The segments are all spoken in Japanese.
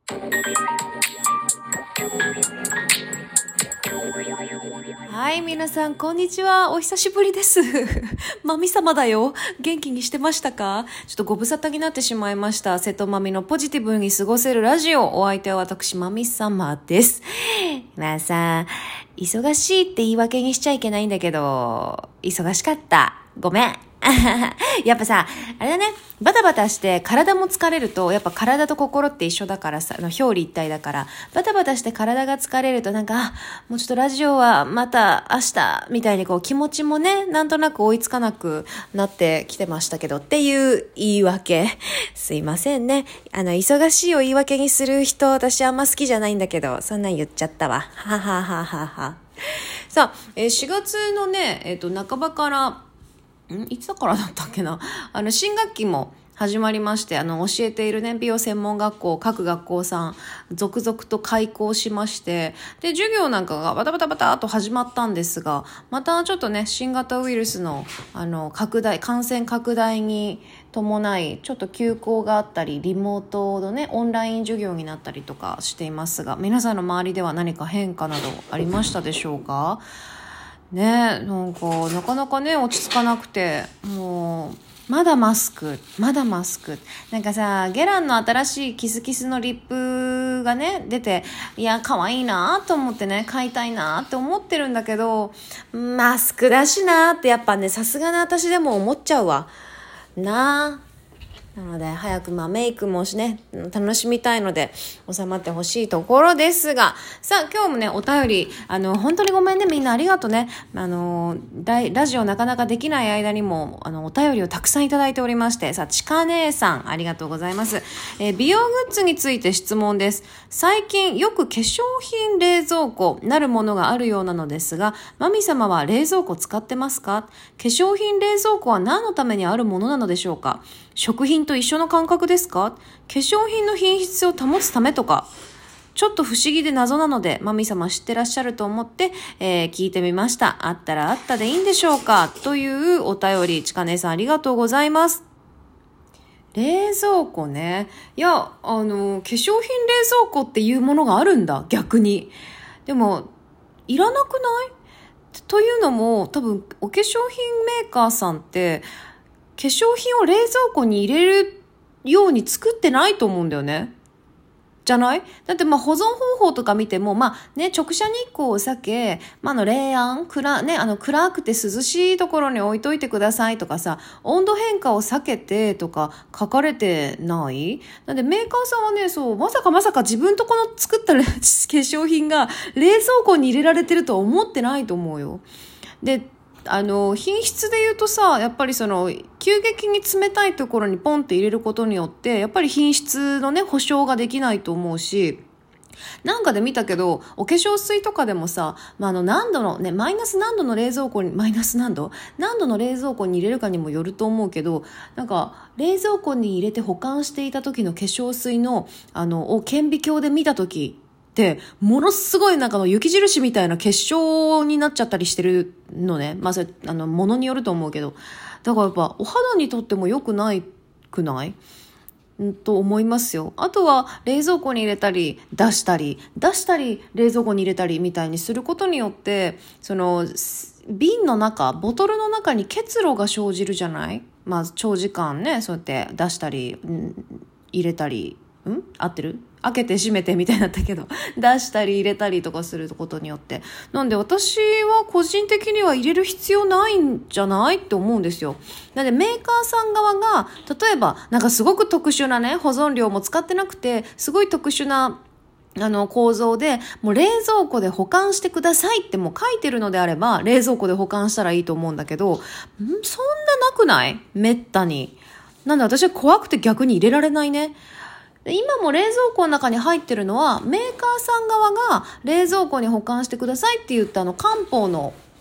はい、皆さん、こんにちは。お久しぶりです。マミ様だよ。元気にしてましたか？ちょっとご無沙汰になってしまいました。瀬戸マミのポジティブに過ごせるラジオ。お相手は私、マミ様です。まあさ、忙しいって言い訳にしちゃいけないんだけど、忙しかった。ごめん。やっぱさ、あれだね、バタバタして体も疲れると、やっぱ体と心って一緒だからさ、表裏一体だから、バタバタして体が疲れるとなんか、もうちょっとラジオはまた明日、みたいにこう気持ちもね、なんとなく追いつかなくなってきてましたけどっていう言い訳。すいませんね。忙しいを言い訳にする人、私あんま好きじゃないんだけど、そんなん言っちゃったわ。ははははは。さあ、4月のね、半ばから、いつだからだったっけな。新学期も始まりまして、教えているね、美容専門学校、各学校さん、続々と開校しまして、で、授業なんかがバタバタバタと始まったんですが、またちょっとね、新型ウイルスの、感染拡大に伴い、ちょっと休校があったり、リモートのね、オンライン授業になったりとかしていますが、皆さんの周りでは何か変化などありましたでしょうか？ね、なんかなかなかね落ち着かなくて、もうまだマスクなんかさ、ゲランの新しいキスキスのリップがね出て、いや可愛いなと思ってね、買いたいなって思ってるんだけど、マスクだしなってやっぱね、さすがの私でも思っちゃうわな。なので早くメイクもね楽しみたいので収まってほしいところですが、さあ今日もねお便り本当にごめんね、みんなありがとうね。ラジオなかなかできない間にもお便りをたくさんいただいておりまして、さあちか姉さんありがとうございます。美容グッズについて質問です。最近よく化粧品冷蔵庫なるものがあるようなのですが、マミ様は冷蔵庫使ってますか？化粧品冷蔵庫は何のためにあるものなのでしょうか？食品と一緒の感覚ですか？化粧品の品質を保つためとか、ちょっと不思議で謎なので、マミ様知ってらっしゃると思って、聞いてみました。あったらあったでいいんでしょうか？というお便り、ちかねさんありがとうございます。冷蔵庫ね。いや、化粧品冷蔵庫っていうものがあるんだ、逆に。でも、いらなくない？というのも、多分、お化粧品メーカーさんって、化粧品を冷蔵庫に入れるように作ってないと思うんだよね。じゃない？だって保存方法とか見ても、直射日光を避け、冷暗、暗くて涼しいところに置いといてくださいとかさ、温度変化を避けてとか書かれてない？なんでメーカーさんはね、そう、まさか自分とこの作った化粧品が冷蔵庫に入れられてるとは思ってないと思うよ。で、品質で言うとさ、やっぱり急激に冷たいところにポンって入れることによって、やっぱり品質のね、保証ができないと思うし、なんかで見たけど、お化粧水とかでもさ、何度のね、マイナス何度の冷蔵庫に、マイナス何度の冷蔵庫に入れるかにもよると思うけど、なんか、冷蔵庫に入れて保管していた時の化粧水の、を顕微鏡で見た時、ものすごいなんか雪印みたいな結晶になっちゃったりしてるのね。それものによると思うけど、だからやっぱお肌にとっても良くないくないと思いますよ。あとは冷蔵庫に入れたり出したり冷蔵庫に入れたりみたいにすることによって、瓶の中、ボトルの中に結露が生じるじゃない？長時間ね、そうやって出したり、入れたり、合ってる？開けて閉めてみたいになったけど出したり入れたりとかすることによって、なんで私は個人的には入れる必要ないんじゃないって思うんですよ。なんでメーカーさん側が例えばなんかすごく特殊なね、保存料も使ってなくてすごい特殊な構造でもう冷蔵庫で保管してくださいってもう書いてるのであれば冷蔵庫で保管したらいいと思うんだけど、そんななくない？めったに。なんで私は怖くて逆に入れられないね。今も冷蔵庫の中に入ってるのはメーカーさん側が冷蔵庫に保管してくださいって言った漢方の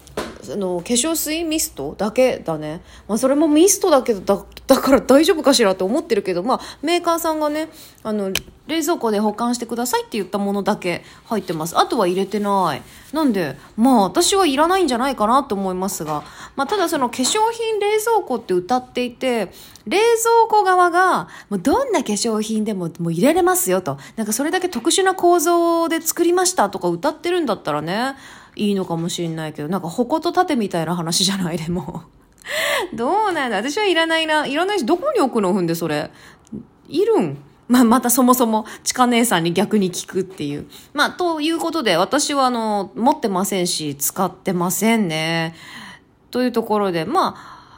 粧水ミストだけだね。まあそれもミストだけどだから大丈夫かしらって思ってるけど、まあメーカーさんがね、冷蔵庫で保管してくださいって言ったものだけ入ってます。あとは入れてない。なんで、まあ私はいらないんじゃないかなと思いますが、まあただその化粧品冷蔵庫って歌っていて、冷蔵庫側がもうどんな化粧品でも入れれますよと。なんかそれだけ特殊な構造で作りましたとか歌ってるんだったらね、いいのかもしれないけど、なんか矛と盾みたいな話じゃないでも。どうなんだ、私はいらないな。いらないし、どこに置くの、踏んでそれ。いるんまたそもそも、ちか姉さんに逆に聞くっていう。まあ、ということで、私は持ってませんし、使ってませんね。というところで、ま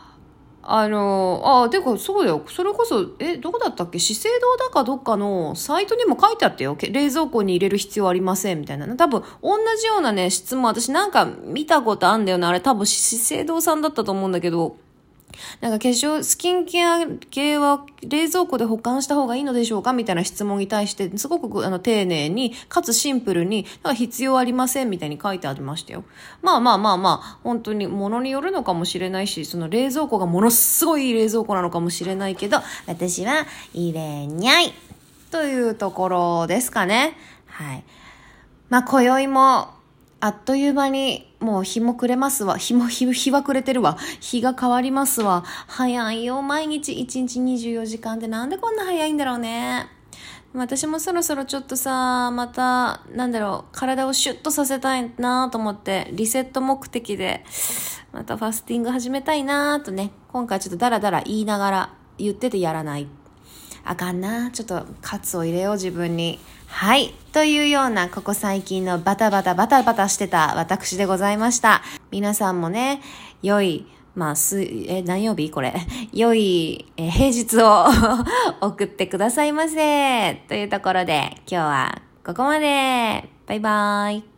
あ、てか、そうだよ。それこそ、どこだったっけ、資生堂だかどっかのサイトにも書いてあったよ。冷蔵庫に入れる必要ありません、みたいな。多分、同じようなね、質問、私なんか見たことあんだよな。あれ多分、資生堂さんだったと思うんだけど、なんかスキンケア系は冷蔵庫で保管した方がいいのでしょうかみたいな質問に対して、すごく丁寧に、かつシンプルに、なんか必要ありませんみたいに書いてありましたよ。まあ、本当に物によるのかもしれないし、その冷蔵庫がものすごいいい冷蔵庫なのかもしれないけど、私は入れにゃいというところですかね。はい。まあ、今宵も、あっという間に、もう日も暮れますわ。日は暮れてるわ。日が変わりますわ。早いよ。毎日1日24時間ってなんでこんな早いんだろうね。私もそろそろちょっとさ、また、体をシュッとさせたいなと思って、リセット目的で、またファスティング始めたいなとね、今回ちょっとダラダラ言いながら、言っててやらない。あかんな。ちょっと喝を入れよう、自分に。はい。というような、ここ最近のバタバタしてた私でございました。皆さんもね、良い、何曜日これ。良い、平日を送ってくださいませ。というところで、今日はここまで。バイバイ。